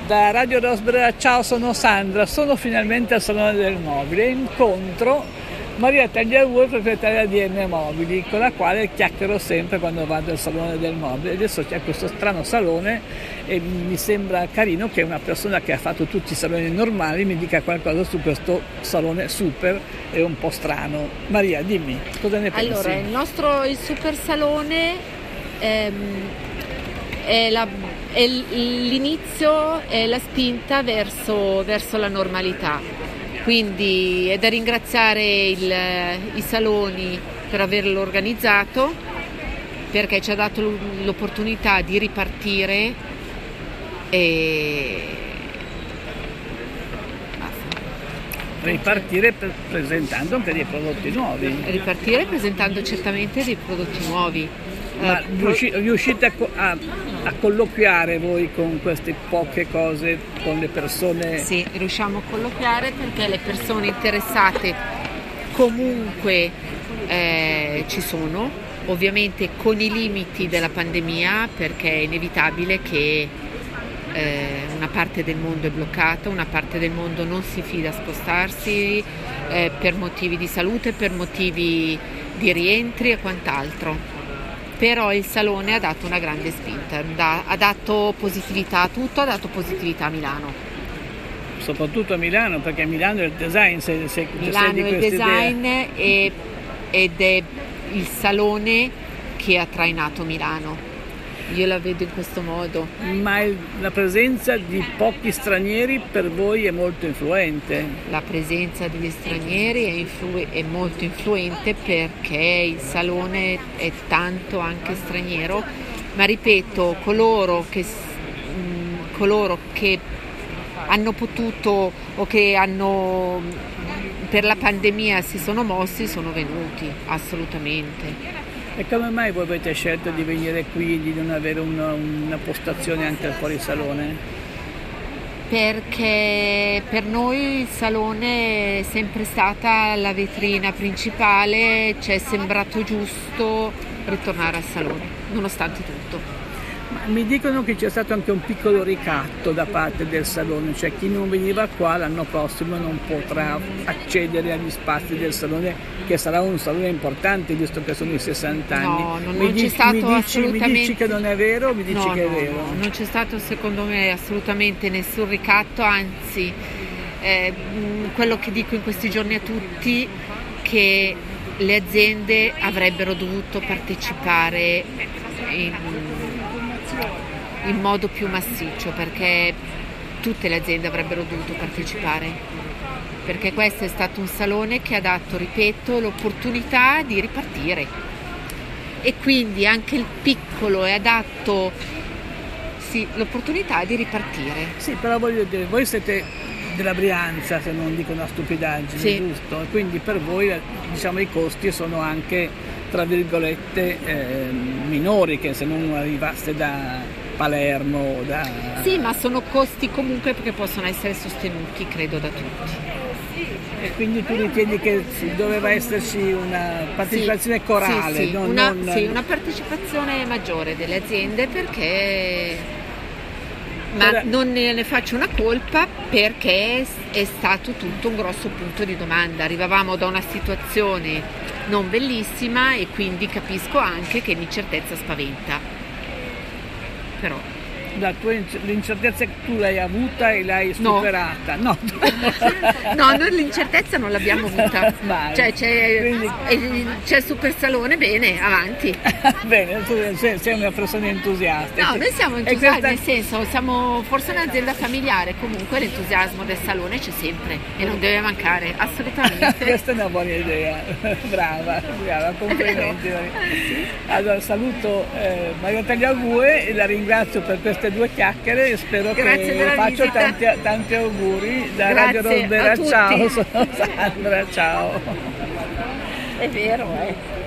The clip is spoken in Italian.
Da Radio Rosbrera, ciao, sono Sandra, sono finalmente al Salone del Mobile e incontro Maria Tagliavue, proprietaria di M Mobili, con la quale chiacchiero sempre quando vado al Salone del Mobile. Adesso c'è questo strano salone e mi sembra carino che una persona che ha fatto tutti i saloni normali mi dica qualcosa su questo salone super e un po' strano. Maria, dimmi, cosa ne pensi? Allora, il super salone è l'inizio, è la spinta verso la normalità, quindi è da ringraziare i saloni per averlo organizzato, perché ci ha dato l'opportunità di ripartire e ripartire presentando anche dei prodotti nuovi. Ripartire presentando certamente dei prodotti nuovi. Ma riuscite a colloquiare voi con queste poche cose, con le persone? Sì, riusciamo a colloquiare perché le persone interessate comunque ci sono, ovviamente con i limiti della pandemia, perché è inevitabile che una parte del mondo è bloccata, una parte del mondo non si fida a spostarsi per motivi di salute, per motivi di rientri e quant'altro. Però il salone ha dato una grande spinta, ha dato positività a tutto, ha dato positività a Milano. Soprattutto a Milano, perché a Milano è il design, Milano è il design ed è il salone che ha trainato Milano. Io la vedo in questo modo. Ma la presenza di pochi stranieri per voi è molto influente? La presenza degli stranieri è molto influente perché il salone è tanto anche straniero, ma ripeto, coloro che hanno potuto o che hanno per la pandemia si sono mossi, sono venuti, assolutamente. E come mai voi avete scelto di venire qui e di non avere una postazione anche fuori salone? Perché per noi il salone è sempre stata la vetrina principale, ci è sembrato giusto ritornare al salone, nonostante tutto. Mi dicono che c'è stato anche un piccolo ricatto da parte del salone, cioè chi non veniva qua l'anno prossimo non potrà accedere agli spazi del salone, che sarà un salone importante visto che sono i 60 anni. No, non c'è stato assolutamente. Mi dici che non è vero o mi dici che è vero? No, non c'è stato secondo me assolutamente nessun ricatto, anzi quello che dico in questi giorni a tutti, che le aziende avrebbero dovuto partecipare in modo più massiccio, perché tutte le aziende avrebbero dovuto partecipare, perché questo è stato un salone che ha dato, ripeto, l'opportunità di ripartire, e quindi anche il piccolo ha dato l'opportunità di ripartire. Sì, però voglio dire, voi siete della Brianza, se non dico una stupidaggine, sì. Giusto? E quindi per voi diciamo i costi sono anche tra virgolette minori che se non arrivaste da Palermo, Sì, ma sono costi comunque che possono essere sostenuti, credo, da tutti. E quindi tu ritieni che doveva esserci una partecipazione corale? Sì, una partecipazione maggiore delle aziende, perché ma non ne faccio una colpa, perché è stato tutto un grosso punto di domanda. Arrivavamo da una situazione non bellissima e quindi capisco anche che l'incertezza spaventa. Però l'incertezza tu l'hai avuta e l'hai superata? No, noi l'incertezza non l'abbiamo avuta. Cioè c'è il super salone, bene, avanti. Bene, tu sei una persona entusiasta. No, noi siamo entusiasti, nel senso, siamo forse un'azienda familiare, comunque l'entusiasmo del salone c'è sempre e non deve mancare, assolutamente. Questa è una buona idea, brava, complimenti. Allora saluto Maria Tagliavue e la ringrazio per questa due chiacchiere e spero che faccio tanti auguri da Radio Rosbrera. Ciao, sono Sandra, ciao. È vero,